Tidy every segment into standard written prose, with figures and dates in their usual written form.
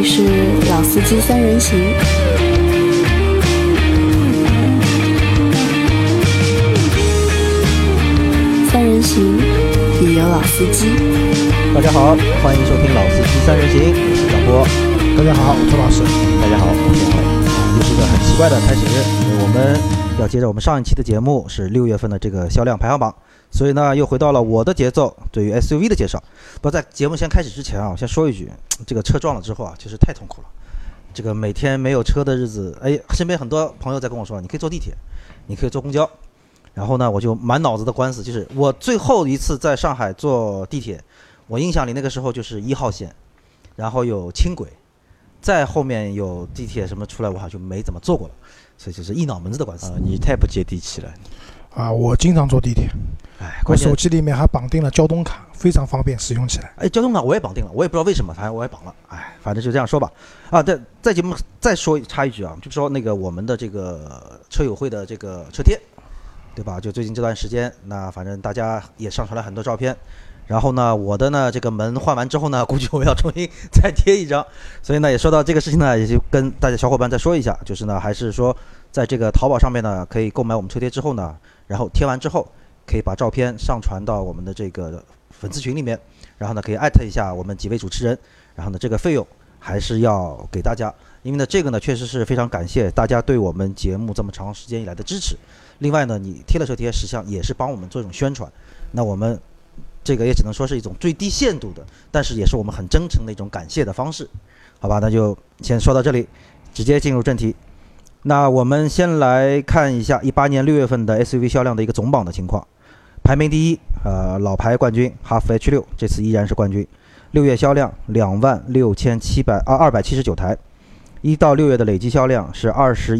里是老司机三人行，三人行必有老司机。 大家好，欢迎收听老司机三人行，我是小波。 大家好，我是周老师。 大家好，我是小伟。又是一个很奇怪的开始，因为我们要接着我们上一期的节目是6月份的这个销量排行榜，所以呢又回到了我的节奏，对于 SUV 的介绍。不过在节目先开始之前啊，我先说一句，这个车撞了之后啊，其实太痛苦了。这个每天没有车的日子，身边很多朋友在跟我说，你可以坐地铁，你可以坐公交。然后呢，我就满脑子的官司，就是我最后一次在上海坐地铁，我印象里那个时候就是1号线，然后有轻轨，再后面有地铁什么出来，我好像就没怎么坐过了，所以就是一脑门子的官司。 你太不接地气了啊！我经常坐地铁，我手机里面还绑定了交通卡，非常方便使用起来。 交通卡我也绑定了，我也不知道为什么，反正我也绑了。反正就这样说吧。在节目再说插一句啊，就说那个我们的这个车友会的这个车贴，对吧？就最近这段时间，那反正大家也上传了很多照片。然后呢，我的呢这个门换完之后呢，估计我要重新再贴一张。所以呢，也说到这个事情呢，也就跟大家小伙伴再说一下，就是呢，还是说在这个淘宝上面呢，可以购买我们车贴之后呢，然后贴完之后，可以把照片上传到我们的这个粉丝群里面，然后呢，可以艾特一下我们几位主持人，然后呢，这个费用还是要给大家，因为呢，这个呢确实是非常感谢大家对我们节目这么长时间以来的支持。另外呢，你贴了车贴，实际上也是帮我们做一种宣传。那我们这个也只能说是一种最低限度的，但是也是我们很真诚的一种感谢的方式，好吧？那就先说到这里，直接进入正题。那我们先来看一下18年6月份的 SUV 销量的一个总榜的情况。排名第一，老牌冠军哈弗 H6， 这次依然是冠军。6月销量26279台，1到6月的累计销量是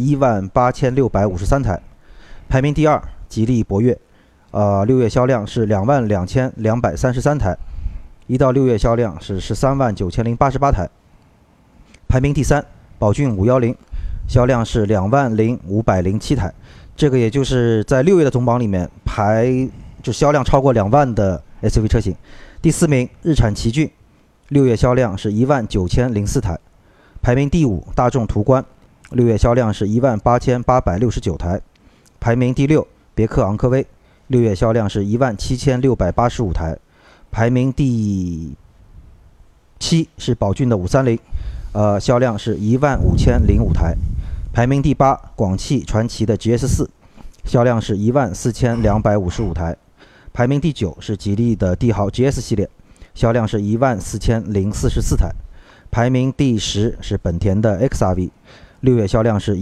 218,653台。排名第二，吉利博越，6月销量是22233台，1到6月销量是139088台。排名第三，宝骏510，销量是20507台，这个也就是在6月的总榜里面就销量超过2万的 SUV 车型。第四名，日产奇骏，6月销量是19004台。排名第五，大众途观，6月销量是18869台。排名第六，别克昂科威，6月销量是17685台。排名第七是宝骏的530，销量是15005台。排名第八，广汽传祺的 GS4， 销量是14255台。排名第九是吉利的帝豪 GS 系列，销量是14044台。排名第十是本田的 XRV， 6月销量是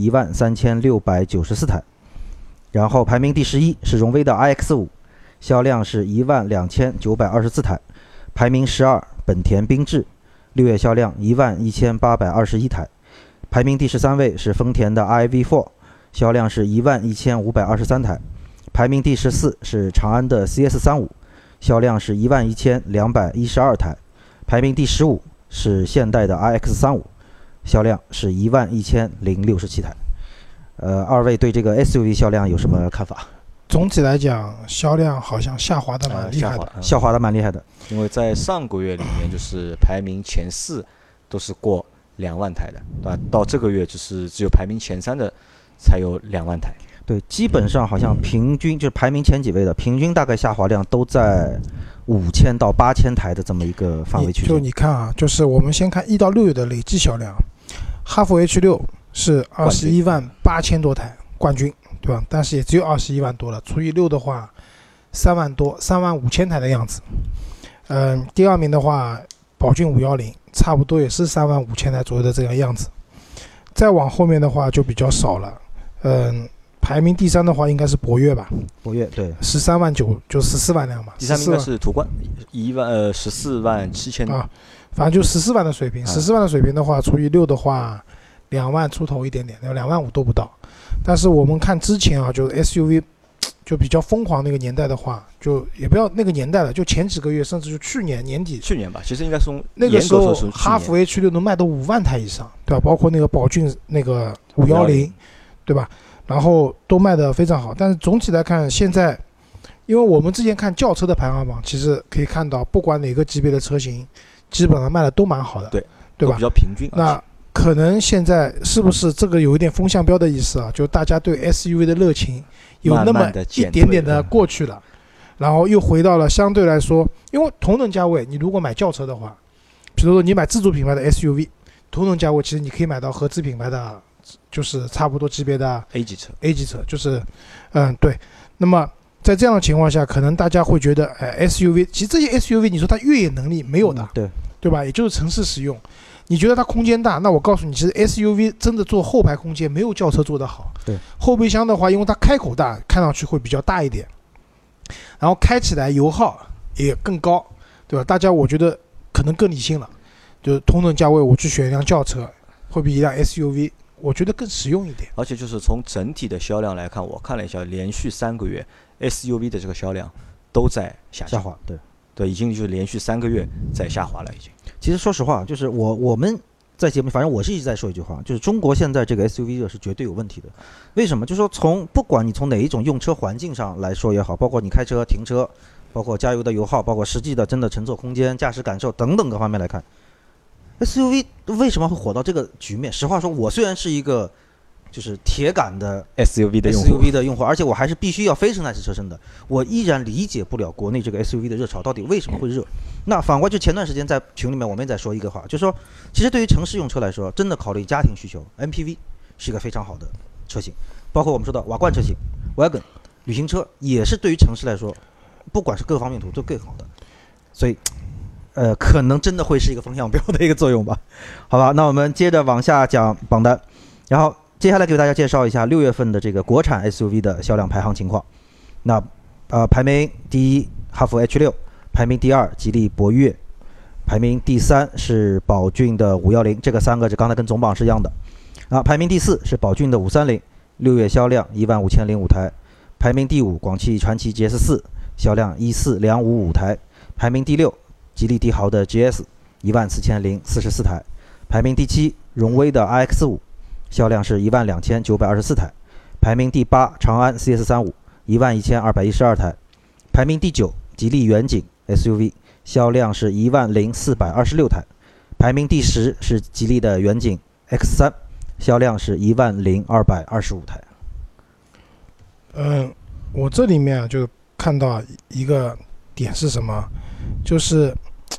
13694台。然后排名第11是荣威的 iX5， 销量是12924台。排名12，本田缤智，6月销量11821台。排名第13位是丰田的 iV4， 销量是11523台。排名第14是长安的 CS35， 销量是11212台。排名第15是现代的 iX35， 销量是11067台。二位对这个 SUV 销量有什么看法？ 总体来讲，销量好像下滑的蛮厉害的， 下滑的蛮厉害的。 因为在上个月里面，就是排名前4都是过2万台的，对吧？到这个月就是只有排名前3的才有2万台。 对，基本上好像平均就是排名前几位的平均大概下滑量都在5000到8000台的这么一个范围区间。 就你看啊，就是我们先看1到6月的累计销量，哈弗 H6 是218000多台冠军，对吧？但是也只有21万多了，除以6的话3万多，35000台的样子。第二名的话，宝骏510差不多也是35000台左右的这个样子。再往后面的话就比较少了。排名第三的话应该是博越吧？ 博越对 ，13万9就14万辆嘛。 第三名应该是途观，14万7000 啊，反正就14万的水平。14万的水平的话，除以6的话，2万出头一点点，2万5都不到。但是我们看之前啊，就 SUV 就比较疯狂那个年代的话，就也不要那个年代了，就前几个月，甚至就去年年底， 去年吧，其实应该从那个时候哈弗 H6 能卖到5万台以上，对吧？包括那个宝骏那个510，对吧？然后都卖得非常好。但是总体来看，现在因为我们之前看轿车的排行榜，其实可以看到，不管哪个级别的车型，基本上卖的都蛮好的， 对吧都比？较平均。 那可能现在是不是这个有一点风向标的意思啊？就大家对 SUV 的热情有那么慢慢地一减退点点的过去了，然后又回到了相对来说，因为同等价位，你如果买轿车的话，比如说你买自主品牌的 SUV，同等价位其实你可以买到合资品牌的，就是差不多级别的 A 级车， A 级车，就是对。那么在这样的情况下，可能大家会觉得，SUV 其实这些 SUV 你说它越野能力没有的，对吧？也就是城市使用。你觉得它空间大，那我告诉你，其实 SUV 真的做后排空间没有轿车做得好。 对， 后备箱的话，因为它开口大，看上去会比较大一点，然后开起来油耗也更高，对吧？大家我觉得可能更理性了，就是同等价位我去选一辆轿车，会比一辆 SUV 我觉得更实用一点。 而且就是从整体的销量来看，我看了一下，连续3个月 SUV 的这个销量都在下滑， 对，已经就是连续3个月在下滑了，已经。 其实说实话，就是我们在节目，反正我是一直在说一句话，就是中国现在这个 SUV 热是绝对有问题的。为什么？就是说不管你从哪一种用车环境上来说也好，包括你开车、停车，包括加油的油耗，包括实际的真的乘坐空间、驾驶感受等等各方面来看，SUV 为什么会火到这个局面？实话说，我虽然是一个就是铁杆的 SUV 的用户，而且我还是必须要非生态式车身的，我依然理解不了国内这个 SUV 的热潮到底为什么会热。那反过就前段时间在群里面我们也在说一个话，就是说其实对于城市用车来说，真的考虑家庭需求 MPV 是一个非常好的车型，包括我们说的瓦罐车型 Wagon 旅行车也是对于城市来说不管是各方面图都更好的，所以可能真的会是一个风向标的一个作用吧。好吧，那我们接着往下讲榜单，然后接下来给大家介绍一下6月份的这个国产 SUV 的销量排行情况。那排名第一哈弗 H6， 排名第二吉利博越，排名第三是宝骏的510，这个3个刚才跟总榜是一样的。排名第四是宝骏的530， 6月销量15005台。排名第五广汽传祺 GS4， 销量14255台。排名第六吉利帝豪的 GS 14044台。排名第七荣威的 RX5，销量是12924台。排名第八长安 CS35 11212台。排名第九吉利远景 SUV， 销量是10426台。排名第十是吉利的远景 X3， 销量是10225台。 我这里面就看到一个点是什么，就是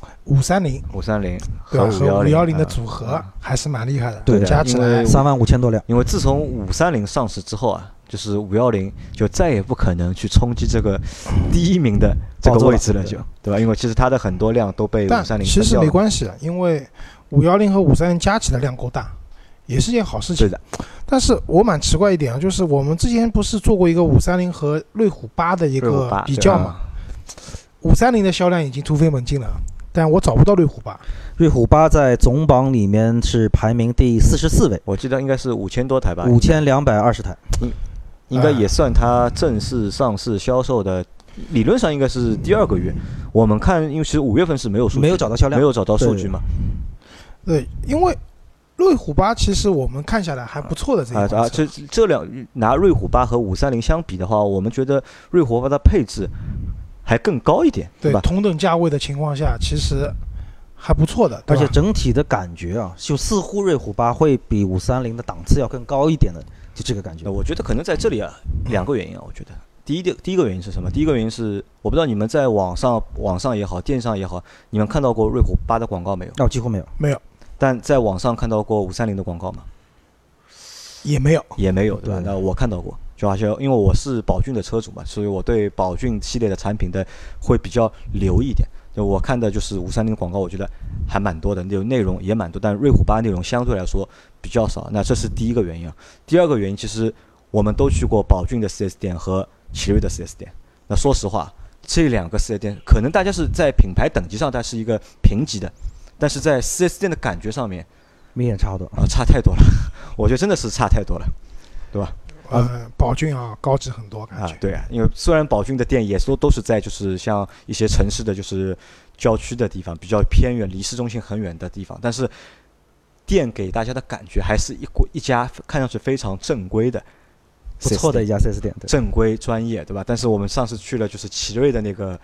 530和510的组合还是蛮厉害的， 对， 加起来 35000多辆。 因为自从530上市之后啊，就是510就再也不可能去冲击这个第一名的这个位置了，就对吧？因为其实它的很多辆都被530分掉了。 其实没关系，因为510和530加起来量够大，也是件好事情。 对的。 但是我蛮奇怪一点啊，就是我们之前不是做过一个530和瑞虎8的一个比较嘛？530的销量已经突飞猛进了，但我找不到瑞虎8。 瑞虎8在总榜里面是排名第44位， 我记得应该是5000多台吧 ，5220台， 应该也算它正式上市销售的，理论上应该是第2个月。我们看，因为其实5月份是没有数据， 没有找到销量， 没有找到数据嘛。 对，因为瑞虎8其实我们看下来还不错的这一款车。 这两拿瑞虎8和530相比的话，我们觉得瑞虎8的配置还更高一点， 对吧？ 同等价位的情况下，其实还不错的， 而且整体的感觉啊，就似乎瑞虎8会比530的档次要更高一点的，就这个感觉。 我觉得可能在这里啊，2个原因啊，我觉得第一个原因是什么？第一个原因是我不知道你们在网上也好，电视上也好，你们看到过瑞虎8的广告没有？ 几乎没有， 没有。 但在网上看到过530的广告吗？ 也没有， 对吧？那我看到过，就好像因为我是宝骏的车主嘛，所以我对宝骏系列的产品的会比较留意一点。就我看的就是530的广告，我觉得还蛮多的，内容也蛮多，但瑞虎8内容相对来说比较少。那这是第一个原因啊。第二个原因，其实我们都去过宝骏的 4S 店和奇瑞的 4S 店。那说实话，这2个 4S 店可能大家是在品牌等级上它是一个平级的，但是在 4S 店的感觉上面明显差好多差太多了。我觉得真的是差太多了，对吧？ 宝骏啊高级很多感觉对啊，因为虽然宝骏的店也都是在就是像一些城市的就是郊区的地方，比较偏远离市中心很远的地方，但是店给大家的感觉还是一家看上去非常正规的不错的一家 4S 店， 正规专业，对吧？但是我们上次去了就是奇瑞的那个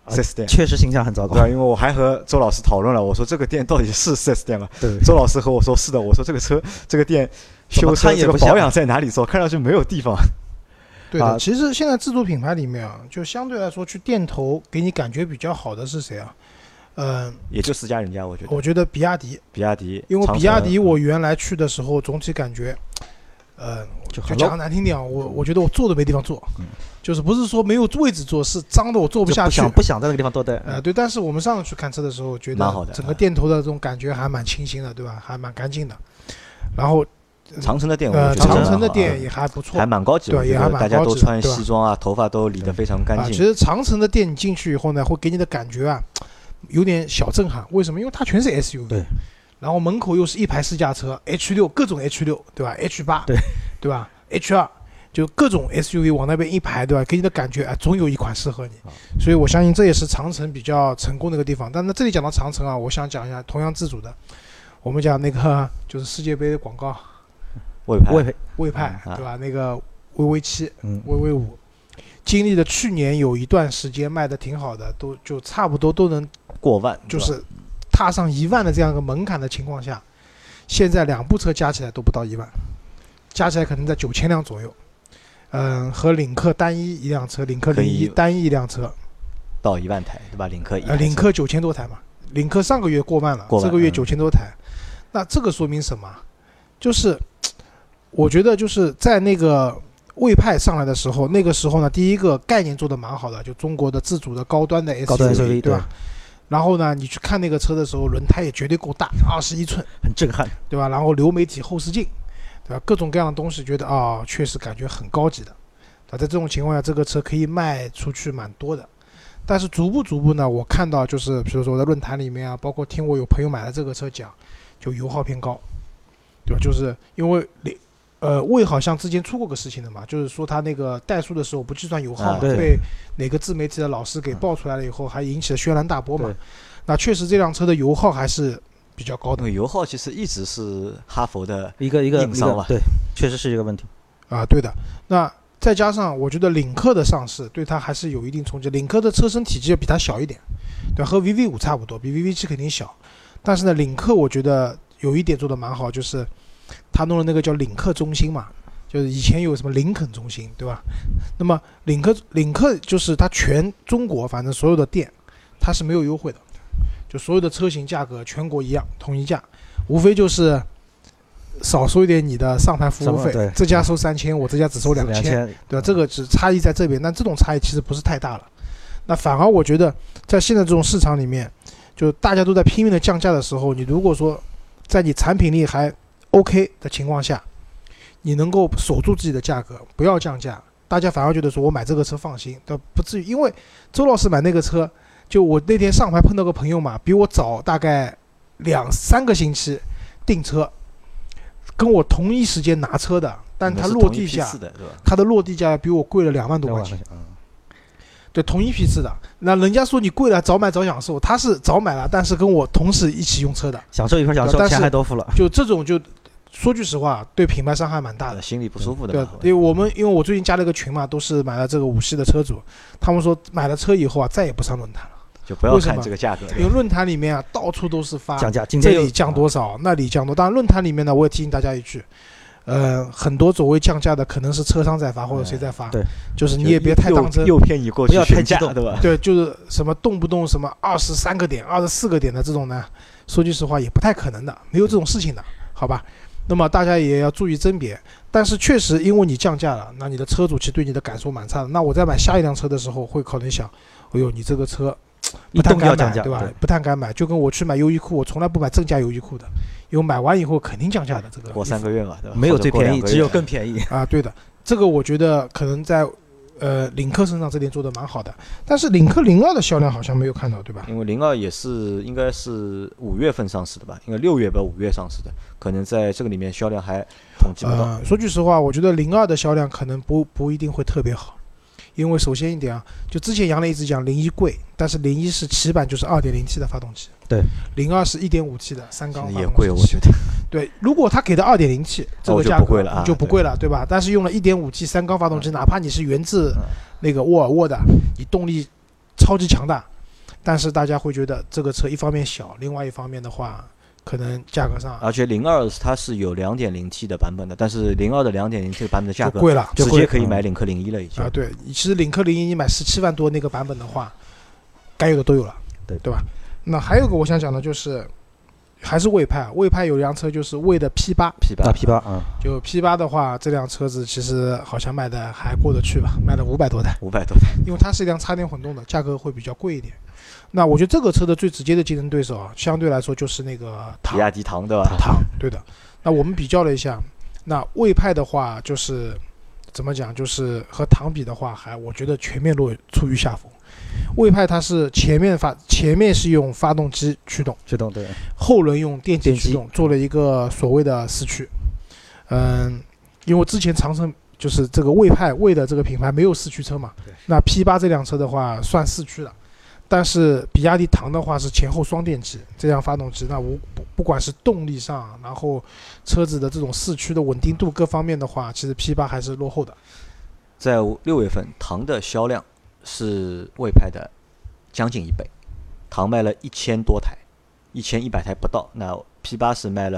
4S 店。 确实形象很糟糕。 对，因为我还和周老师讨论了，我说这个店到底是 4S 店吗？ 对， 周老师和我说是的，我说这个车这个店修车这个保养在哪里做？看上去没有地方。 对的，其实现在自主品牌里面啊，就相对来说去店头给你感觉比较好的是谁啊？ 也就4家人家， 我觉得比亚迪，因为比亚迪我原来去的时候总体感觉，就讲难听点啊，我觉得我坐都没地方坐，就是不是说没有位置坐，是脏的我坐不下去， 不想在那个地方坐待。 对，但是我们上次去看车的时候，觉得整个店头的这种感觉还蛮清新的，对吧？还蛮干净的。然后长城的店， 长城的店也还不错， 还蛮高级的， 对，也还蛮高级的， 大家都穿西装啊，头发都理得非常干净。 其实长城的店你进去以后呢，会给你的感觉啊，有点小震撼。为什么？因为它全是 SUV， 对， 然后门口又是一排试驾车 ，H6 各种 H6， 对吧 ？H8， 对吧 ？H2 就各种 SUV 往那边一排，对吧？给你的感觉总有一款适合你。所以我相信这也是长城比较成功的一个地方。但是这里讲到长城啊，我想讲一下同样自主的，我们讲那个就是世界杯的广告。魏派，对吧？那个VV7，VV5，经历了去年有一段时间卖的挺好的，都就差不多都能过万， 就是踏上1万的这样一个门槛的情况下，现在2部车加起来都不到1万，加起来可能在9000辆左右。和领克单一辆车，领克01单一一辆车到1万台，对吧？领克 9000多台嘛，领克上个月过万了，这个月9000多台，那这个说明什么？就是我觉得就是在那个魏派上来的时候，那个时候呢，第一个概念做的蛮好的，就中国的自主的高端的 SUV， 对吧？然后呢，你去看那个车的时候，轮胎也绝对够大，21寸， 很震撼， 对吧？然后流媒体后视镜，对吧？各种各样的东西，觉得确实感觉很高级的。在这种情况下，这个车可以卖出去蛮多的。但是逐步呢，我看到就是比如说我在论坛里面啊，包括听我有朋友买了这个车讲，就油耗偏高，对吧？就是因为魏好像之前出过个事情的嘛，就是说他那个怠速的时候不计算油耗嘛，被哪个自媒体的老师给爆出来了以后，还引起了轩然大波嘛。那确实这辆车的油耗还是比较高的。 油耗其实一直是哈弗的一个硬伤吧， 对，确实是一个问题对的。那再加上我觉得领克的上市对它还是有一定冲击，领克的车身体积比它小一点，对，和 VV5 差不多，比 VV7 肯定小。但是呢，领克我觉得有一点做的蛮好，就是他弄了那个叫领克中心嘛，就是以前有什么林肯中心，对吧？那么领克就是它全中国反正所有的店它是没有优惠的，就所有的车型价格全国一样统一价，无非就是少收一点你的上牌服务费，这家收3000，我这家只收2000，对吧？这个只差异在这边，但这种差异其实不是太大了。那反而我觉得在现在这种市场里面，就大家都在拼命的降价的时候，你如果说在你产品力还 OK 的情况下，你能够守住自己的价格，不要降价，大家反而觉得说我买这个车放心，不至于。因为周老师买那个车，就我那天上牌碰到个朋友嘛，比我早大概2-3个星期订车，跟我同一时间拿车的，但他落地价，他的落地价比我贵了2万多块钱。对，同一批次的。那人家说你贵了，早买早享受，他是早买了，但是跟我同时一起用车的， 享受一份享受，钱还都付了。 就这种，就说句实话，对品牌伤害蛮大的， 心里不舒服的。 对，因为我最近加了个群嘛，都是买了这个5系的车主，他们说买了车以后啊，再也不上论坛了。 就不要看这个价格， 因为论坛里面啊，到处都是发降价， 这里降多少，那里降多。当然，论坛里面呢，我也提醒大家一句，很多所谓降价的，可能是车商在发或者谁在发， 对， 就是你也别太当真， 诱骗你过去， 不要太激动， 对吧？ 对，就是什么动不动什么23个点、24个点的这种呢，说句实话也不太可能的，没有这种事情的，好吧？那么大家也要注意甄别。但是确实，因为你降价了，那你的车主其实对你的感受蛮差的。那我在买下一辆车的时候，会可能想，哎呦，你这个车不太敢买，对吧？不太敢买，就跟我去买优衣库，我从来不买正价优衣库的，因为买完以后肯定降价的。这个过3个月嘛，对吧？ 没有最便宜，只有更便宜啊！对的，这个我觉得可能在领克身上这点做的蛮好的，但是领克02的销量好像没有看到，对吧？ 因为02也是应该是5月份上市的吧？应该6月吧，5月上市的，可能在这个里面销量还统计不到。 说句实话，我觉得02的销量可能不一定会特别好。因为首先一点啊，就之前杨磊一直讲01贵，但是01是起版就是 2.0T 的发动机， 对 ，02是 1.5T 的3缸发动机， 也贵，我觉得。 对，如果他给的 2.0T 这个价格就不贵了，对吧？但是用了 1.5T 3缸发动机，哪怕你是源自那个沃尔沃的，你动力超级强大， 但是大家会觉得这个车一方面小，另外一方面的话，可能价格上而且02它是有 2.0T 的版本的，但是02的 2.0T 的版本的价格贵了， 直接可以买领克01了已经。 对，其实领克01你买17万多那个版本的话，该有的都有了，对吧？那还有个我想讲的就是，还是魏派有辆车就是魏的 P8，就 P8 的话，这辆车子其实好像卖的还过得去吧，卖了500多台，因为它是一辆插电混动的，价格会比较贵一点。那我觉得这个车的最直接的竞争对手啊，相对来说就是那个比亚迪唐，对吧？ 唐，对的。那我们比较了一下，那魏派的话就是怎么讲，就是和唐比的话，我觉得全面处于下风。魏派它是前面是用发动机驱动， 对， 后轮用电机驱动，做了一个所谓的四驱。因为之前长城就是这个魏的这个品牌没有四驱车嘛，那 P8 这辆车的话算四驱了，但是比亚迪唐的话是前后双电机这样发动机，那不管是动力上，然后车子的这种四驱的稳定度各方面的话，其实 P8 还是落后的。 在6月份，唐的销量是魏派的将近1倍，唐卖了1000多台，1100台不到，那 P8 是卖了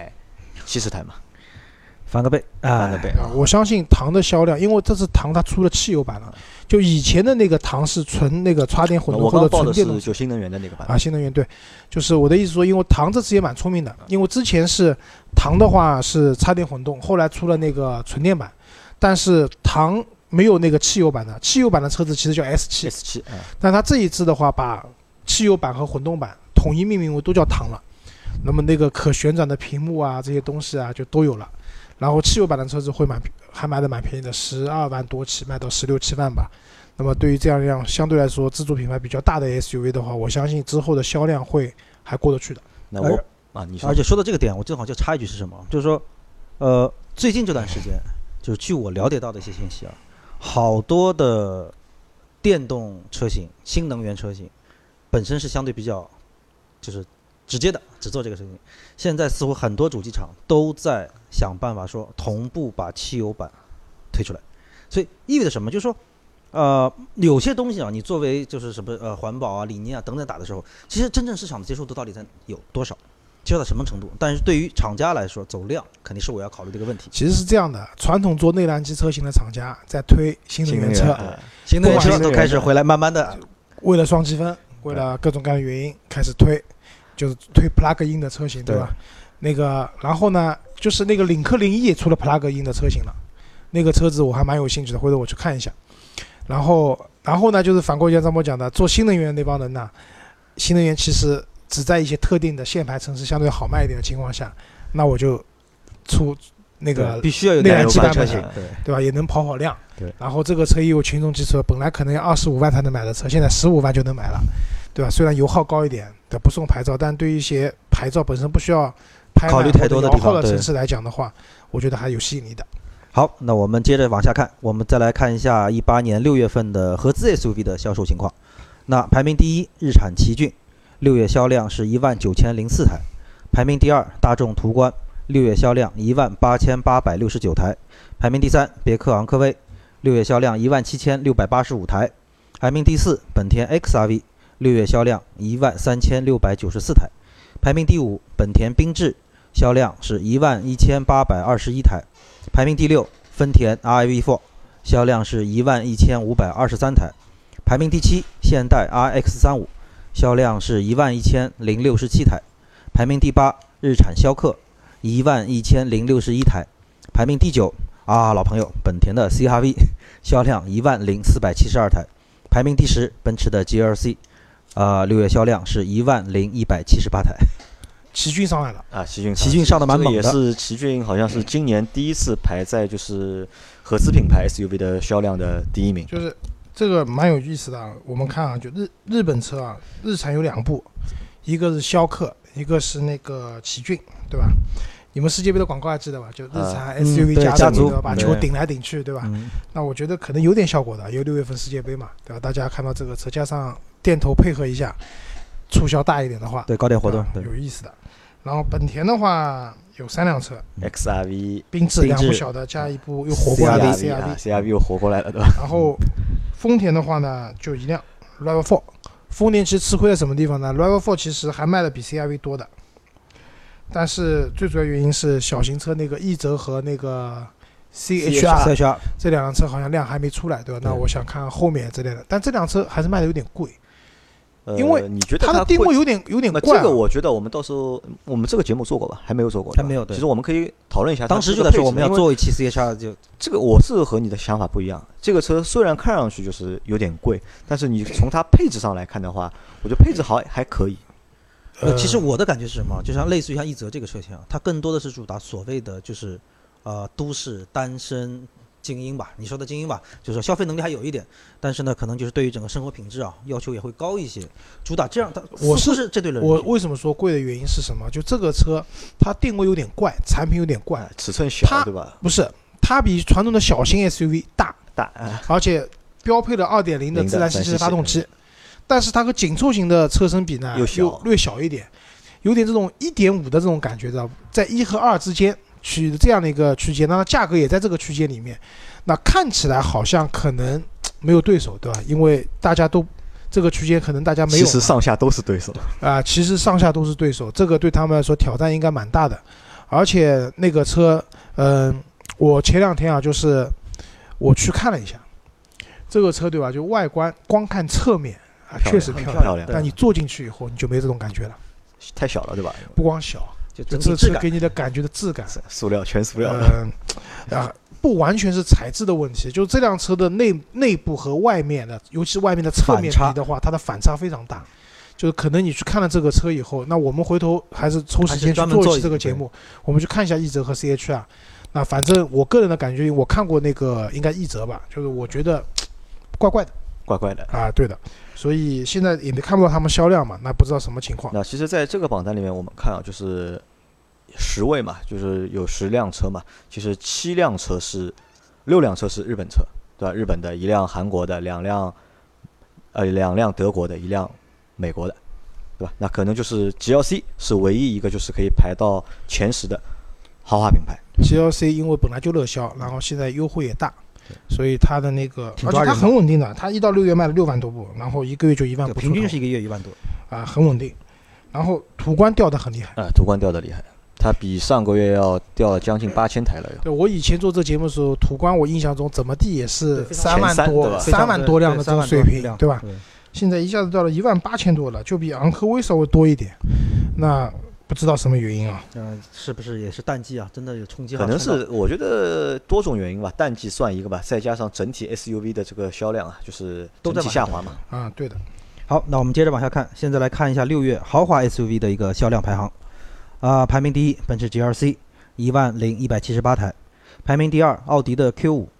570台嘛， 翻个倍。 我相信唐的销量，因为这次唐它出了汽油版了，就以前的那个唐是纯那个插电混动或者纯电动， 是就新能源的那个版新能源对，就是我的意思说，因为唐这次也蛮聪明的，因为之前是唐的话是插电混动，后来出了那个纯电版，但是唐没有那个汽油版的车子其实叫 S7，但它这一次的话把汽油版和混动版统一命名为都叫唐了，那么那个可旋转的屏幕啊这些东西啊就都有了，然后汽油版的车子还卖的蛮便宜的，12万多起，卖到16、17万吧。那么对于这样一辆相对来说自主品牌比较大的 SUV 的话，我相信之后的销量会还过得去的。 你说，而且说到这个点，我正好就插一句是什么？就是说，最近这段时间，就是据我了解到的一些信息啊，好多的电动车型、新能源车型本身是相对比较就是直接的，只做这个事情。现在似乎很多主机厂都在想办法说同步把汽油版推出来，所以意味着什么？就是说，有些东西啊，你作为就是什么环保啊、理念啊等等打的时候，其实真正市场的接受度到底有多少，接受到什么程度？但是对于厂家来说，走量肯定是我要考虑的一个问题。 其实是这样的，传统做内燃机车型的厂家在推新能源车， 新能源车都开始回来，慢慢的为了双积分，为了各种各样的原因开始推，就是推 plug in 的车型，对吧？那个，然后呢，就是那个领克01也出了 plug in 的车型了，那个车子我还蛮有兴趣的，回头我去看一下。然后呢，就是反过来像我讲的，做新能源那帮人呢，新能源其实只在一些特定的限牌城市相对好卖一点的情况下，那我就出那个必须要有内燃机版本， 对吧？也能跑量。 对。 然后这个车也有群众基础，本来可能要25万才能买的车，现在15万就能买了，对吧？虽然油耗高一点，不送牌照，但对于一些牌照本身不需要考虑太多的地方的城市来讲的话，我觉得还有吸引力的。 好，那我们接着往下看，我们再来看一下18年6月份的合资 SUV 的销售情况。那排名第一，日产奇骏，6月销量是19004台；排名第二，大众途观，6月销量18869台；排名第三，别克昂科威，6月销量17685台；排名第四，本田 XRV，6月销量13694台；排名第五，本田缤智，销量是11821台；排名第六，丰田 RAV4， 销量是11523台；排名第七，现代 RX35， 销量是11067台；排名第八，日产逍客11061台；排名第九，老朋友本田的 CR-V， 销量10472台；排名第十，奔驰的 GLC， 6月销量是11178台。 奇骏上来了啊！奇骏上的蛮猛的， 也是奇骏好像是今年第一次排在就是合资品牌 SUV 的销量的第一名。 就是这个蛮有意思的啊，我们看啊，就日本车啊，日产有两部，一个是逍客，一个是那个奇骏，对吧？你们世界杯的广告还记得吧？就日产 SUV 家族把球顶来顶去，对吧？那我觉得可能有点效果的，因为6月份世界杯嘛，对吧？大家看到这个车加上电头配合一下，促销大一点的话， 对，搞点活动， 有意思的。然后本田的话有3辆车 ，XRV、 缤智2部小的加一部又活过来的 CR-V 又活过来了，对吧？ 然后丰田的话呢就一辆 RAV4， 丰田其实吃亏在什么地方呢 ？RAV4 其实还卖的比 CR-V 多的，但是最主要原因是小型车那个奕泽和那个 CHR 这两辆车好像量还没出来，对吧？那我想看后面这类的，但这辆车还是卖的有点贵。因为你觉得它的定位有点怪、 这个我觉得我们到时候我们这个节目做过吧？还没有做过， 还没有。 其实我们可以讨论一下。 当时就在说我们要做一期 CHR， 就这个我是和你的想法不一样。这个车虽然看上去就是有点贵，但是你从它配置上来看的话，我觉得配置好还可以。 其实我的感觉是什么？就像类似于像奕泽这个车型，它更多的是主打所谓的就是都市单身精英吧，你说的精英吧，就是说消费能力还有一点，但是呢，可能就是对于整个生活品质要求也会高一些，主打这样的。 我是这对人。 我为什么说贵的原因是什么？就这个车它定位有点怪，产品有点怪， 尺寸小，对吧？ 不是，它比传统的小型 SUV 大，而且标配了 2.0 的自然吸气发动机，但是它和紧凑型的车身比呢，又略小一点，有点这种 1.5 的这种感觉，知道不？在1和2之间。取这样的一个区间，那价格也在这个区间里面，那看起来好像可能没有对手，对吧？因为大家都这个区间可能大家没有， 其实上下都是对手其实上下都是对手，这个对他们来说挑战应该蛮大的。而且那个车，我前2天就是我去看了一下这个车，对吧？就外观光看侧面确实漂亮，但你坐进去以后你就没这种感觉了， 太小了，对吧？ 不光小。这车给你的感觉的质感， 塑料全塑料不完全是材质的问题，就这辆车的内部和外面的，尤其外面的侧面比的话，它的反差非常大。就是可能你去看了这个车以后，那我们回头还是抽时间去做一期这个节目，我们去看一下奕泽和 CHR。那反正我个人的感觉，我看过那个应该奕泽吧，就是我觉得怪怪的对的。所以现在也看不到他们销量嘛，那不知道什么情况。 那其实在这个榜单里面，我们看就是10位嘛，就是有10辆车嘛，其实6辆车是日本车，对吧？日本的1辆，韩国的2辆，2辆德国的1辆美国的，对吧？那可能就是 GLC 是唯一一个就是可以排到前10的豪华品牌。 GLC 因为本来就热销，然后现在优惠也大。所以它的那个，而且它很稳定的，它1到6月卖了6万多部，然后1个月就1万部， 平均是1个月1万多很稳定。然后途观掉的很厉害途观掉的厉害，它比上个月要掉了将近8000台了。 对，我以前做这节目的时候，途观我印象中怎么地也是3万多辆的这种水平，对吧？现在一下子到了18000多了，就比昂科威稍微多一点。那不知道什么原因是不是也是淡季真的有冲击？ 可能是，我觉得多种原因吧，淡季算一个吧，再加上整体 SUV 的这个销量就是整体下滑嘛。 对的。 好，那我们接着往下看，现在来看一下6月豪华 SUV 的一个销量排行。排名第一，奔驰 GLC 10178台，排名第二，奥迪的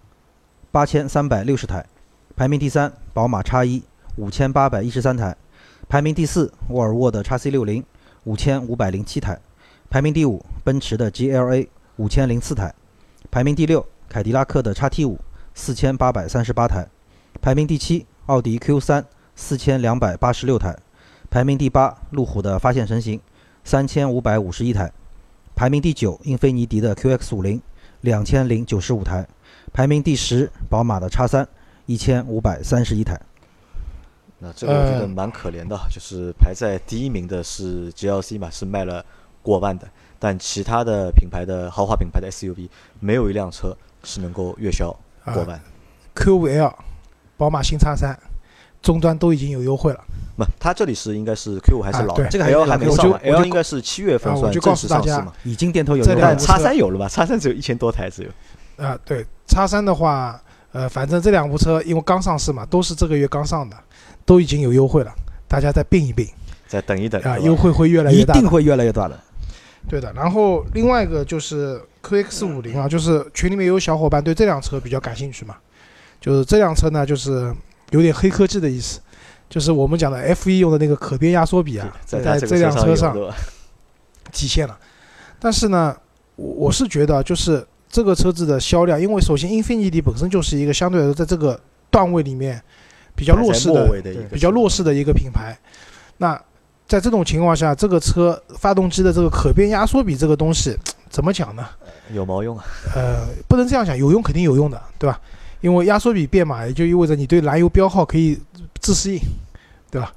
Q5 8360台，排名第三，宝马 X1 5813台，排名第四，沃尔沃的 XC60 5507台，排名第五，奔驰的 GLA 5004台，排名第六，凯迪拉克的 XT5 4838台，排名第七，奥迪 Q3 4286台，排名第八，路虎的发现神行3551台，排名第九，英菲尼迪的 QX50 2095台，排名第10，宝马的 X3 1531台。 那这个我觉得蛮可怜的，就是排在第一名的是 GLC 嘛，是卖了过万的，但其他的品牌的豪华品牌的 SUV 没有一辆车是能够月销过万。 Q5L、宝马新 X3 终端都已经有优惠了。 它这里是应该是 Q5 还是老的， 这个 L 还没上 ，L 应该是7月份算正式上市嘛， 已经店头有优惠。 但 X3 有了吧 ？X3 只有1000多台只有。 对 ，X3 的话，反正这2部车因为刚上市嘛，都是这个月刚上的。都已经有优惠了，大家再并一并， 再等一等优惠会越来越大， 一定会越来越大的。 对的。然后另外一个就是 QX50就是群里面有小伙伴对这辆车比较感兴趣嘛，就是这辆车呢，就是有点黑科技的意思，就是我们讲的 F1 用的那个可变压缩比在这辆车上体现了。但是呢，我是觉得就是这个车子的销量，因为首先英菲尼迪本身就是一个相对来说在这个段位里面比较弱势的一个品牌，那在这种情况下，这个车发动机的这个可变压缩比这个东西怎么讲呢？ 有毛用不能这样讲，有用肯定有用的，对吧？因为压缩比变嘛，也就意味着你对燃油标号可以自适应，对吧？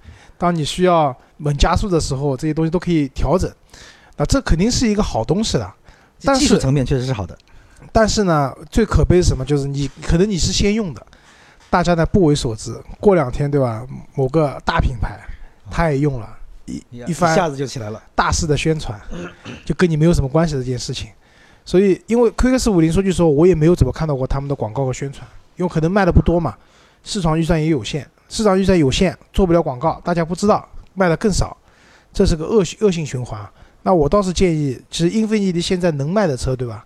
当你需要猛加速的时候，这些东西都可以调整。那这肯定是一个好东西了，但是技术层面确实是好的。 但是呢，最可悲是什么？就是可能你是先用的，大家呢不为所知，过2天对吧？某个大品牌他也用了，一番一下子就起来了。 大肆的宣传，就跟你没有什么关系的这件事情。所以，因为 QX50说句实话，我也没有怎么看到过他们的广告和宣传，因为可能卖的不多嘛，市场预算也有限，做不了广告，大家不知道，卖的更少，这是个恶性循环。那我倒是建议，其实英菲尼迪现在能卖的车，对吧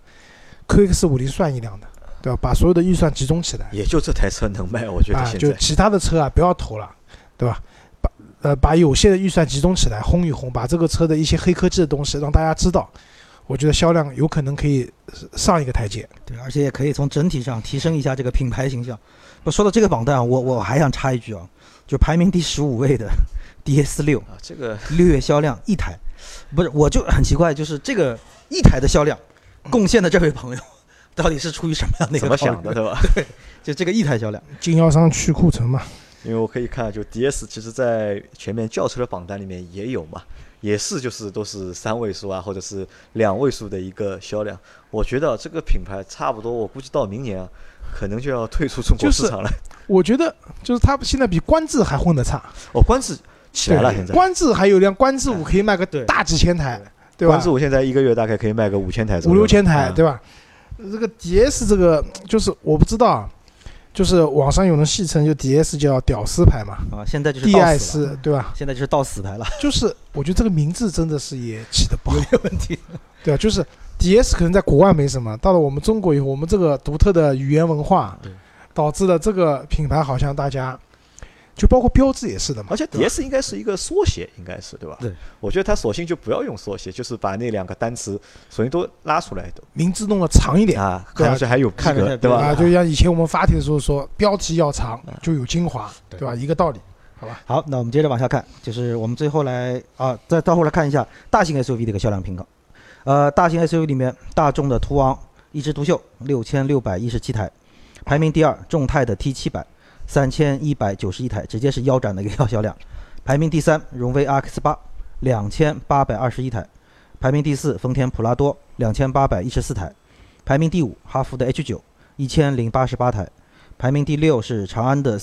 ？QX50算一辆的，对吧？把所有的预算集中起来， 也就这台车能卖，我觉得现在就其他的车啊不要投了，对吧？把有限的预算集中起来，轰一轰，把这个车的一些黑科技的东西让大家知道，我觉得销量有可能可以上一个台阶。 对，而且也可以从整体上提升一下这个品牌形象。说到这个榜单，我还想插一句啊，就排名第15位的 DS6， 这个 6月销量1台，不是，我就很奇怪，就是这个1台的销量贡献的这位朋友，到底是出于什么样的一个怎么想的，对吧？ 对，就这个1台销量， 经销商去库存嘛。 因为我可以看，就 DS 其实在前面轿车的榜单里面也有嘛，也是就是都是3位数啊，或者是2位数的一个销量。我觉得这个品牌差不多，我估计到明年啊，可能就要退出中国市场了。 我觉得就是他现在比观致还混得差。 观致起来了，现在观致还有辆观致5可以卖个大几千台，对吧？ 观致5现在1个月大概可以卖个5000台左右，5、6千台， 对吧？这个 DS 这个就是我不知道。就是网上有人戏称，就 DS 叫屌丝牌嘛， 现在就是到死了，对吧？ 现在就是到死牌了。 就是我觉得这个名字真的是也起得不好， 有点问题， 对啊，就是 DS 可能在国外没什么，到了我们中国以后，我们这个独特的语言文化，导致了这个品牌好像大家。就包括标志也是的嘛， 而且 DS 应该是一个缩写，应该是对吧？ 对， 我觉得它索性就不要用缩写，就是把那2个单词索性都拉出来， 名字弄得长一点啊，看上去还有逼格，对吧？ 啊，就像以前我们发帖的时候说，标题要长就有精华，对吧？一个道理，好吧？ 好，那我们接着往下看，就是我们最后来再到后来看一下大型 SUV 的一个销量评考。大型 SUV 里面，大众的途昂一枝独秀，6617台，排名第2，众泰的 T700。3191台，直接是腰斩的一个销量。排名第3，荣威 RX8，2821台。排名第4，丰田普拉多2814台。排名第5，哈弗的 H9，1088台。排名第6是长安的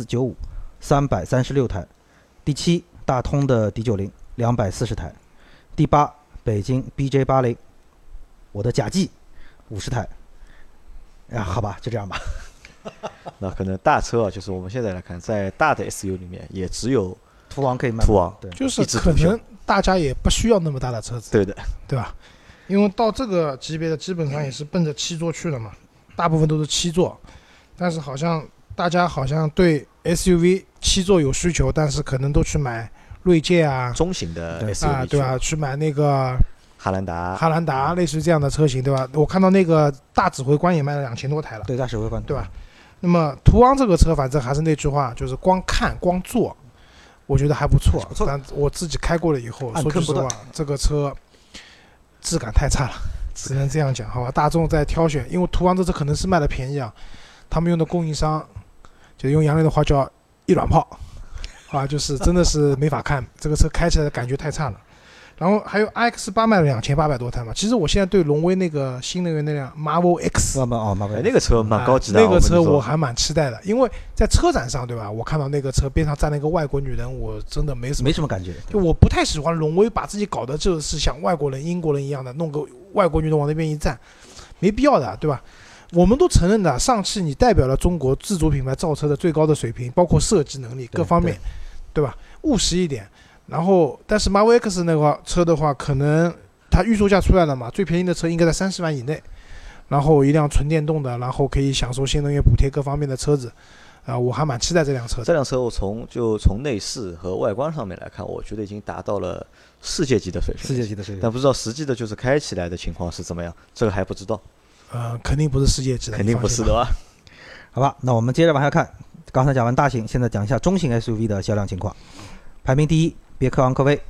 CS95，336台。第7，大通的 D90，240台。第8，北京 BJ80，我的假 G，50台。好吧，就这样吧。 那可能大车啊，就是我们现在来看，在大的 SU 里面也只有途昂可以卖。 途昂， 对， 就是可能大家也不需要那么大的车子， 对的， 对吧？因为到这个级别的基本上也是奔着7座去了嘛，大部分都是7座，但是大家好像对 SUV 7座有需求，但是可能都去买锐界啊， 中型的 SUV 对吧？去买那个哈兰达类似于这样的车型，对吧？我看到那个大指挥官也卖了2000多台了， 对，大指挥官， 对吧？那么途昂这个车，反正还是那句话，就是光看光坐，我觉得还不错。但我自己开过了以后，说句实话，这个车质感太差了，只能这样讲，好吧？大众在挑选，因为途昂这车可能是卖的便宜啊，他们用的供应商，就用杨磊的话叫一软炮，就是真的是没法看，这个车开起来的感觉太差了。然后还有 iX8 卖了2800多台嘛，其实我现在对荣威那个新能源那辆 Marvel X， 那个车蛮高级的， 那个车我还蛮期待的，因为在车展上，对吧？我看到那个车边上站了一个外国女人，我真的没什么感觉， 就我不太喜欢荣威把自己搞得就是像外国人、英国人一样的，弄个外国女人往那边一站，没必要的，对吧？我们都承认的，上汽你代表了中国自主品牌造车的最高的水平，包括设计能力各方面， 对吧？务实一点。然后，但是 Marvel X 那个车的话，可能它预售价出来了嘛，最便宜的车应该在30万以内，然后一辆纯电动的，然后可以享受新能源补贴各方面的车子，我还蛮期待这辆车。 这辆车我从内饰和外观上面来看，我觉得已经达到了世界级的水平，但不知道实际的就是开起来的情况是怎么样，这个还不知道。 肯定不是世界级的， 肯定不是的吧？ 好吧，那我们接着往下看，刚才讲完大型，现在讲一下中型 SUV 的销量情况。排名第1，别克昂科威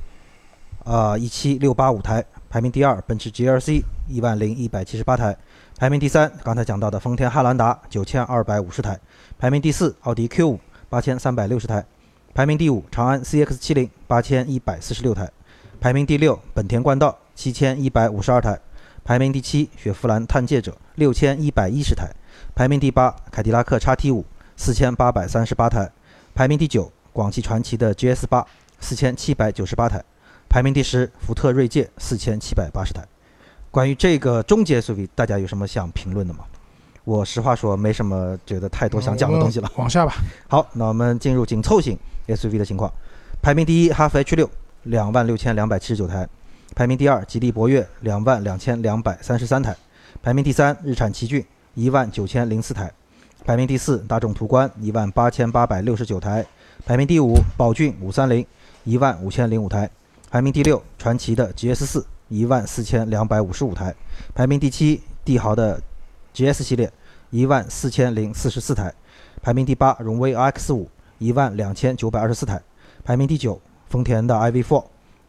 ，17685台；排名第2，奔驰 GLC 10178台；排名第3，刚才讲到的丰田汉兰达9250台；排名第4，奥迪 Q5 8360台； 排名第5，长安 CX-70 8146台，排名第6，本田冠道7152台，排名第7，雪佛兰探界者6110台，排名第8，凯迪拉克 XT5 4838台，排名第9，广汽传祺的 GS8 4798台，排名第10，福特锐界4780台。关于这个中阶 SUV， 大家有什么想评论的吗？我实话说，没什么觉得太多想讲的东西了。 往下吧。 好，那我们进入紧凑型 SUV 的情况。排名第1，哈弗 H6 26279台，排名第2，吉利博越22233台，排名第3，日产奇骏19004台，排名第4，大众途观18869台，排名第5，宝骏530 15005台，排名第6，传祺的 GS4 14255台，排名第7，帝豪的 GS 系列14044台，排名第8，荣威 RX5 12924台，排名第9，丰田的 iV4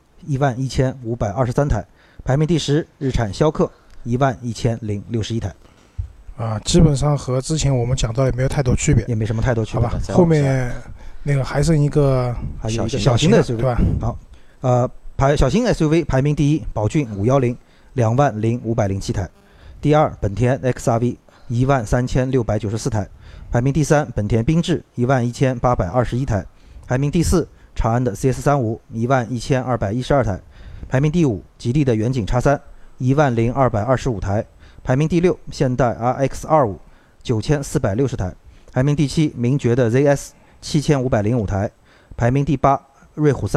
11523台，排名第10，日产逍客11061台。 基本上和之前我们讲到也没有太多区别， 也没什么太多区别。 好吧，后面那个还剩一个小型的 SUV， 对吧？ 好，小型 SUV 排名第1，宝骏510 20507台，第2，本田 XRV 13694台，排名第3，本田缤智11821台，排名第4，长安的 CS35 11212台，排名第5，吉利的远景 X3 10225台，排名第6，现代 RX25 9460台，排名第7，名爵的 ZS 7505台，排名第8，瑞虎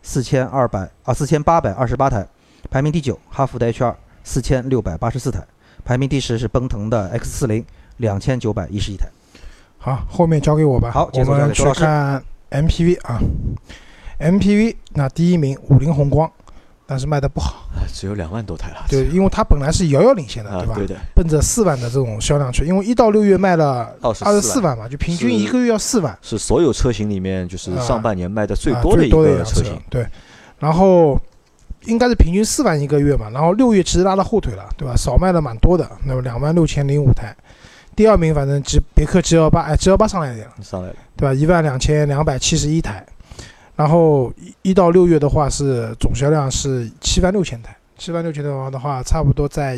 34828台，排名第9，哈弗的 HR 4684台，排名第10是奔腾的 X40 2911台。 好，后面交给我吧。 好， 我们去看 MPV 啊。MPV 那第1名50宏光，但是卖的不好， 只有2万多台了。 对，因为它本来是遥遥领先的，对吧？ 对的， 奔着4万的这种销量去，因为1到6月卖了24万嘛，就平均一个月要4万， 是所有车型里面就是上半年卖的最多的一个车型。 对，然后应该是平均4万一个月嘛，然后6月其实拉到后腿了，对吧？少卖了蛮多的，那么26005台。第2名反正别克 G18 上来了，对吧？12271台。然后1到6月的话是总销量是76000台，76000的话差不多在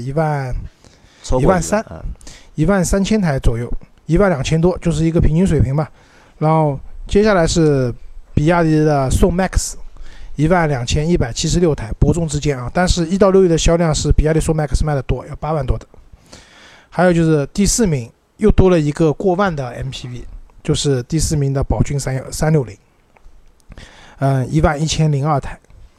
13000台左右，12000多就是一个平均水平吧。然后接下来是比亚迪的宋 MAX 12176台，伯仲之间啊。但是1到6月的销量是比亚迪宋 MAX 卖的多，要8万多的。还有就是第4名又多了一个过万的 MPV， 就是第4名的宝骏360。11002台，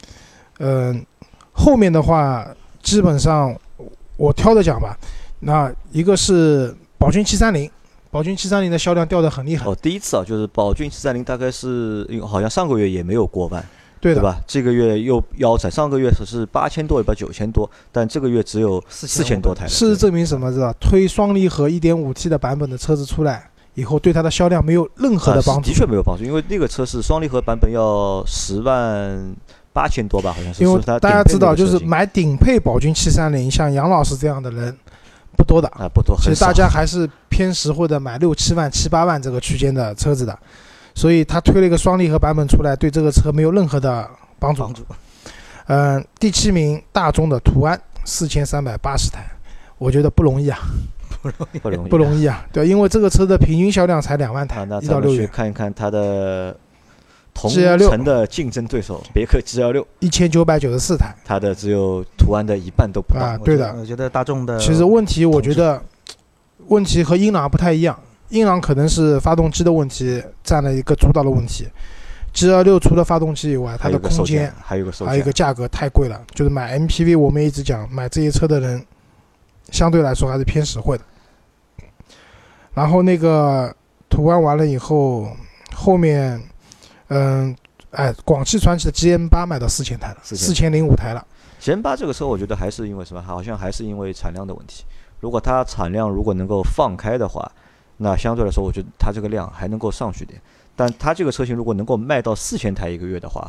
后面的话基本上我挑着讲吧。那一个是宝骏730，宝骏730的销量掉得很厉害。 第一次啊，就是宝骏730大概是好像上个月也没有过万， 对吧？这个月又腰斩，上个月是8000多，也不9000多，但这个月只有4000多台。 事实证明什么？知道推双离合 1.5T 的版本的车子出来以后，对它的销量没有任何的帮助。 的确没有帮助，因为那个车是双离合版本要108000多吧，好像是。 因为大家知道，就是买顶配宝骏730，像杨老师这样的人不多的啊，不多。 其实大家还是偏实惠的，买6、7万、7、8万这个区间的车子的。所以他推了一个双离合版本出来，对这个车没有任何的帮助。第7名大众的途安4380台，我觉得不容易啊。不容易啊，对，因为这个车的平均销量才2万台。 那咱们去看一看它的同城的竞争对手别克 G16 1994台， 它的只有途安的一半都不到啊。对的， 我觉得大众的其实问题，我觉得问题和英朗不太一样，英朗可能是发动机的问题占了一个主导的问题。G26除了发动机以外，它的空间还有一个价格太贵了，就是买 MPV 我们一直讲，买这些车的人相对来说还是偏实惠的。然后那个途安完了以后，后面广汽传祺的 GM8 卖到4000台了，4005台了。 GM8 这个车我觉得还是因为什么？好像还是因为产量的问题。如果它产量如果能够放开的话，那相对来说我觉得它这个量还能够上去点。但它这个车型如果能够卖到4000台一个月的话，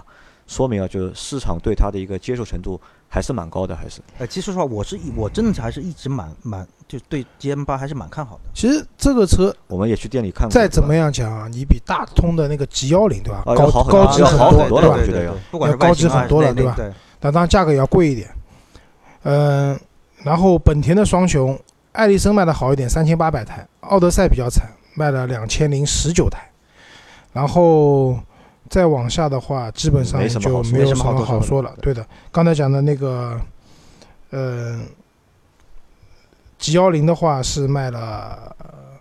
说明啊，就是市场对它的一个接受程度还是蛮高的，还是。 其实说实话，我真的还是一直就对 GM8还是蛮看好的。 其实这个车我们也去店里看过， 再怎么样讲啊，你比大通的那个 G10对吧， 要好高级很多，对吧？ 我觉得不管是高级很多了，对吧？但当然价格也要贵一点。然后本田的双雄，艾力绅卖的好一点，3800台，奥德赛比较惨，卖了2019台。然后再往下的话，基本上就没有什么好说了。对的，刚才讲的那个G10的话是卖了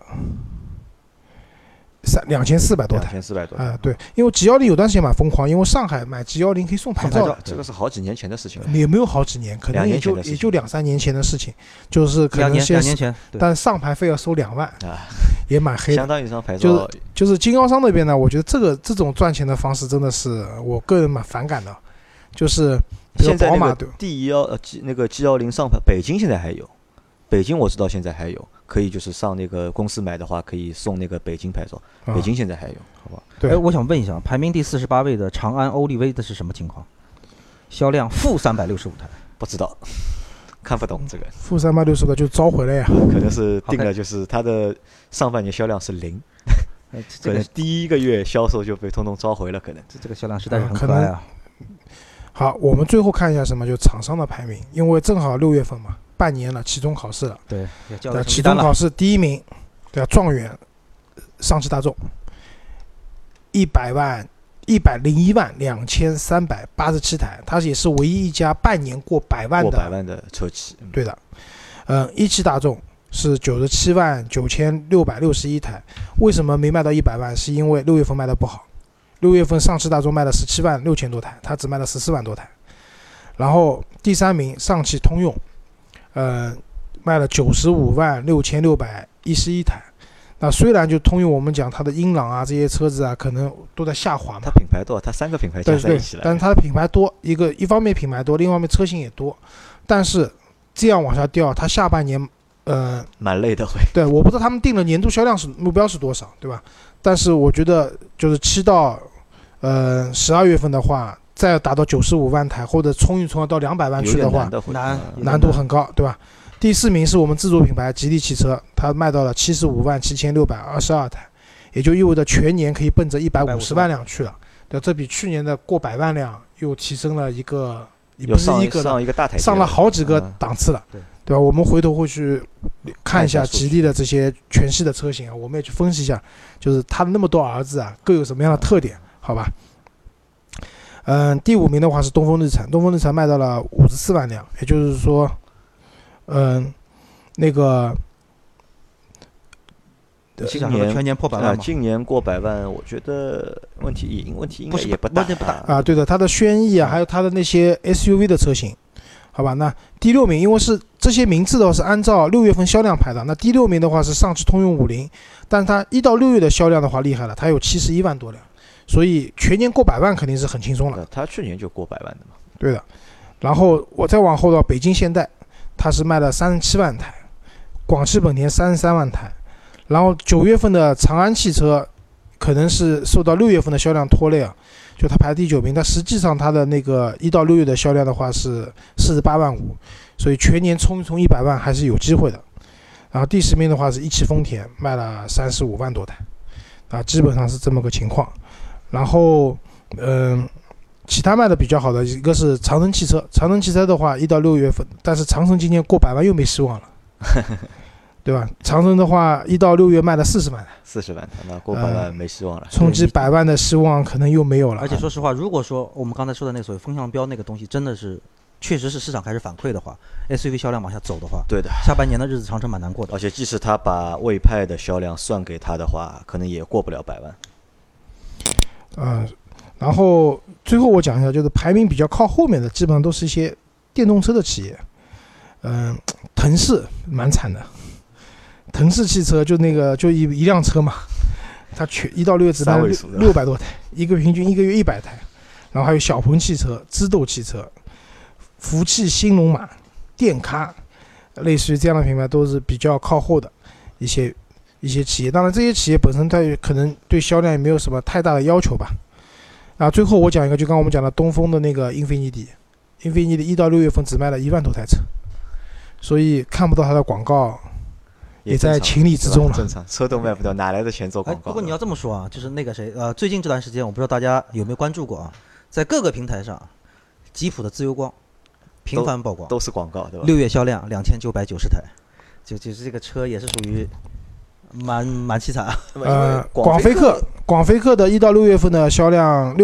2400多台 ，2400多台对，因为 G10有段时间蛮疯狂，因为上海买 G10可以送牌照， 这个是好几年前的事情了， 也没有好几年，可能也就2-3年前的事情，就是可能 2年前， 但上牌费要收2万也蛮黑的， 相当于一张牌照。 就是经销商那边呢，我觉得这种赚钱的方式真的是我个人蛮反感的，就是现在宝马那个 G10上牌，北京现在还有，北京我知道现在还有。可以就是上那个公司买的话，可以送那个北京牌照，北京现在还有，好不好？ 对， 我想问一下，排名第48位的长安欧力威的是什么情况？销量-365台， 不知道，看不懂这个。 -360个就召回了呀？ 可能是定了，就是它的上半年销量是0，可能第一个月销售就被通通召回了，可能这个销量实在是很可爱啊。 好，我们最后看一下什么，就厂商的排名，因为正好6月份嘛。半年了，期中考试了。 对， 期中考试第一名，对啊，状元，上汽大众，101万2387台，它也是唯一一家半年过百万的车企。 对的，一汽大众是97万9661台，为什么没卖到100万？是因为6月份卖的不好，6月份上汽大众卖了17万6千多台，它只卖了14万多台。然后第3名上汽通用。卖了95万6611台。那虽然就通用我们讲它的英朗啊这些车子啊可能都在下滑嘛， 它品牌多，它3个品牌加在一起了， 但是它的品牌多，一方面品牌多，另外一方面车型也多，但是这样往下掉，它下半年蛮累的会。 对，我不知道他们定的年度销量目标是多少，对吧？但是我觉得就是7到12月份的话。再达到95万台，或者冲到200万去的话，难度很高，对吧？第4名是我们自主品牌吉利汽车，它卖到了75万7622台，也就意味着全年可以奔着150万辆去了。对，这比去年的过100万辆又提升了一个上了好几个档次了，对吧？我们回头会去看一下吉利的这些全系的车型啊，我们也去分析一下，就是它的那么多儿子啊，各有什么样的特点，好吧？第5名的话是东风日产，东风日产卖到了54万辆，也就是说，那个全年破100万嘛。 今年过100万，我觉得问题应该也不大啊。对的，它的轩逸啊，还有它的那些 SUV 的车型，好吧？那第6名，因为是这些名次的话是按照6月份销量排的，那第6名的话是上汽通用50，但是它1到6月的销量的话厉害了，它有71万多辆。所以全年过100万肯定是很轻松了。 他去年就过100万的嘛。 对的。然后我再往后到北京现代，它是卖了37万台，广汽本田33万台。然后9月份的长安汽车可能是受到6月份的销量拖累啊，就它排第9名，但实际上它的那个1到6月的销量的话是48万5，所以全年冲100万还是有机会的。然后第10名的话是一汽丰田，卖了35万多台，啊，基本上是这么个情况。然后，其他卖的比较好的一个是长城汽车。长城汽车的话，1到6月份，但是长城今年过100万又没希望了，对吧？长城的话，1到6月卖了40万台 ，40万台，那过100万没希望了。 冲击100万的希望可能又没有了。 而且说实话，如果说我们刚才说的那所谓风向标那个东西，真的是确实是市场开始反馈的话 ，SUV 销量往下走的话， 对的， 下半年的日子长城蛮难过的。 而且即使他把魏派的销量算给他的话，可能也过不了100万。 然后最后我讲一下，就是排名比较靠后面的，基本上都是一些电动车的企业。腾势蛮惨的，腾势汽车就一辆车嘛，它1到6月只卖600多台，平均一个月100台。然后还有小鹏汽车、知豆汽车、福汽新龙马、电咖，类似于这样的品牌都是比较靠后的一些企业。当然这些企业本身它可能对销量也没有什么太大的要求吧。 啊，最后我讲一个，就刚刚我们讲的东风的那个英菲尼迪1到6月份只卖了1万多台车，所以看不到它的广告也在情理之中了。 正常，车都卖不掉，哪来的钱做广告？ 不过你要这么说啊，就是那个谁，最近这段时间，我不知道大家有没有关注过啊，在各个平台上，吉普的自由光频繁曝光， 都是广告，对吧 ？6月销量2990台，就是这个车也是属于蛮凄惨啊。 广飞克的1到6月份的销量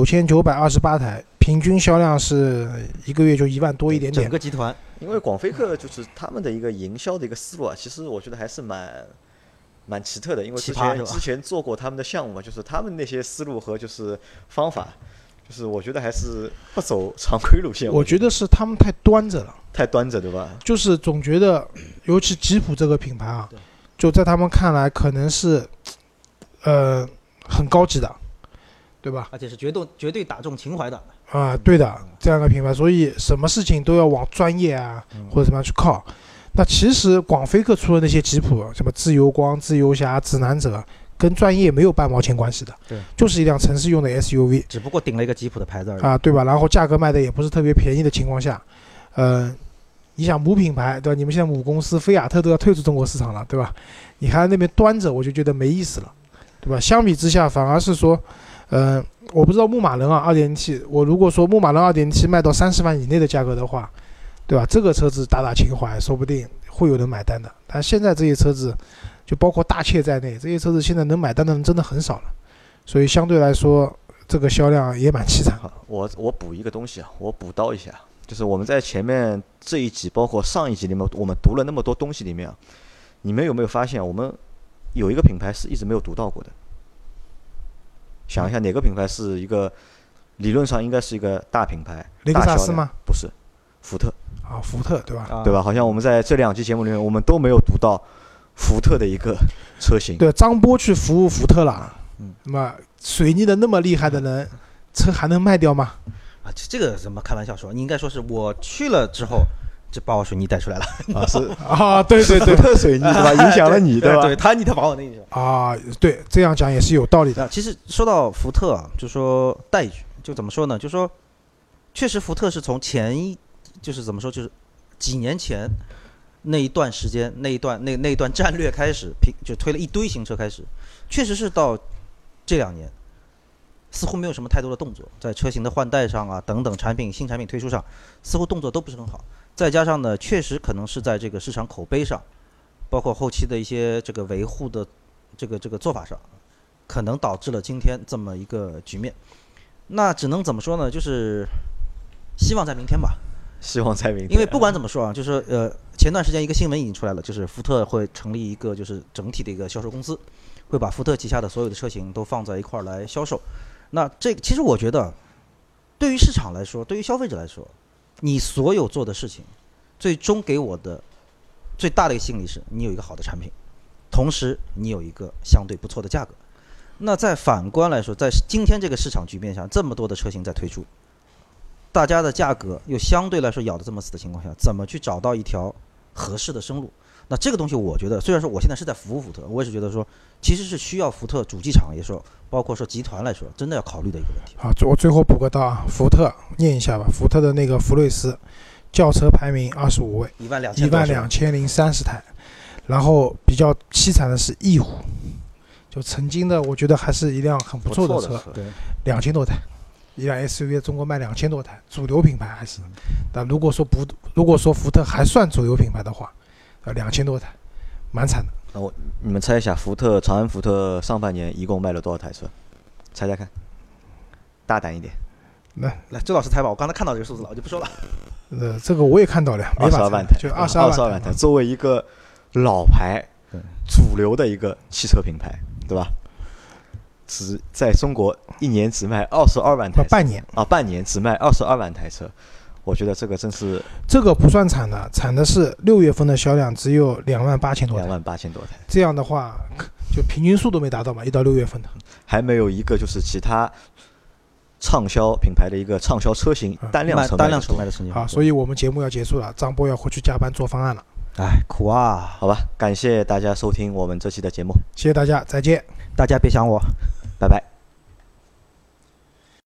69928台，平均销量是1个月就1万多一点点。 整个集团， 因为广飞克就是他们的一个营销的一个思路啊，其实我觉得还是蛮奇特的，因为之前做过他们的项目嘛，就是他们那些思路和就是方法，就是我觉得还是不走常规路线。 我觉得是他们太端着了， 对吧？ 就是总觉得，尤其吉普这个品牌啊，就在他们看来可能是很高级的，对吧？ 而且是绝对打中情怀的啊，对的，这样一个品牌，所以什么事情都要往专业啊或者什么样去靠。那其实广飞克出的那些吉普，什么自由光、自由侠、指南者，跟专业没有半毛钱关系的， 对， 就是一辆城市用的 SUV， 只不过顶了一个吉普的牌子而已啊，对吧？然后价格卖的也不是特别便宜的情况下，你想母品牌，对吧？你们现在母公司菲亚特都要退出中国市场了，对吧？你还在那边端着，我就觉得没意思了，对吧？相比之下，反而是说，我不知道牧马人啊 2.0T， 我如果说牧马人 2.0T 卖到30万以内的价格的话，对吧？这个车子打情怀，说不定会有人买单的。但现在这些车子，就包括大切在内，这些车子现在能买单的人真的很少了，所以相对来说，这个销量也蛮凄惨。 我补一个东西啊，我补刀一下，就是我们在前面这一集，包括上一集里面，我们读了那么多东西里面啊，你们有没有发现，我们有一个品牌是一直没有读到过的？想一下哪个品牌是一个理论上应该是一个大品牌？ 雷克萨斯吗？ 不是，福特。 啊，福特对吧？ 对吧？好像我们在这2期节目里面，我们都没有读到福特的一个车型。 对，张波去服务福特了。那么水逆的那么厉害的人，车还能卖掉吗？ 啊，这个怎么开玩笑说？你应该说是我去了之后，就把我水逆带出来了。 啊，是啊，对， 福特水逆对吧？影响了你对吧？ 对，他把我那个啊，对，这样讲也是有道理的。 其实说到福特啊，就说带一句，就怎么说呢？就说确实福特是从就是怎么说，就是几年前那一段时间，那一段战略开始，就推了一堆新车开始，确实是到这2年，似乎没有什么太多的动作，在车型的换代上啊，等等新产品推出上，似乎动作都不是很好。再加上呢，确实可能是在这个市场口碑上，包括后期的一些这个维护的这个做法上，可能导致了今天这么一个局面。那只能怎么说呢？就是希望在明天吧。 希望在明天。 因为不管怎么说啊，就是前段时间一个新闻已经出来了，就是福特会成立一个就是整体的一个销售公司，会把福特旗下的所有的车型都放在一块儿来销售。那这其实我觉得，对于市场来说，对于消费者来说，你所有做的事情，最终给我的最大的一个心理是你有一个好的产品，同时你有一个相对不错的价格。那在反观来说，在今天这个市场局面下，这么多的车型在推出，大家的价格又相对来说咬得这么死的情况下，怎么去找到一条合适的生路？那这个东西我觉得，虽然说我现在是在服务福特，我也是觉得说，其实是需要福特主机厂也说，包括说集团来说，真的要考虑的一个问题。 好，我最后补个刀啊，福特念一下吧，福特的那个福睿斯轿车排名25位，12030台，然后比较凄惨的是翼虎，就曾经的我觉得还是一辆很不错的车，2000多台。一辆 SUV 中国卖2000多台，主流品牌还是。但如果说福特还算主流品牌的话，2000多台，蛮惨的。 那你们猜一下，长安福特上半年一共卖了多少台车？猜猜看，大胆一点。 来，周老师猜吧，我刚才看到这个数字了，我就不说了。 这个我也看到了 ，22万台， 就22万台。作为一个老牌、主流的一个汽车品牌，对吧？在中国1年只卖22万台车，半年只卖22万台车，我觉得这个真是这个不算惨的，惨的是6月份的销量只有28000多台 ，28000多台。 这样的话，就平均数都没达到嘛，1到6月份的， 还没有一个就是其他畅销品牌的一个畅销车型单量售卖的成绩。 好，所以我们节目要结束了，张波要回去加班做方案了。 哎，苦啊！ 好吧，感谢大家收听我们这期的节目， 谢谢大家，再见。 大家别想我。 拜拜。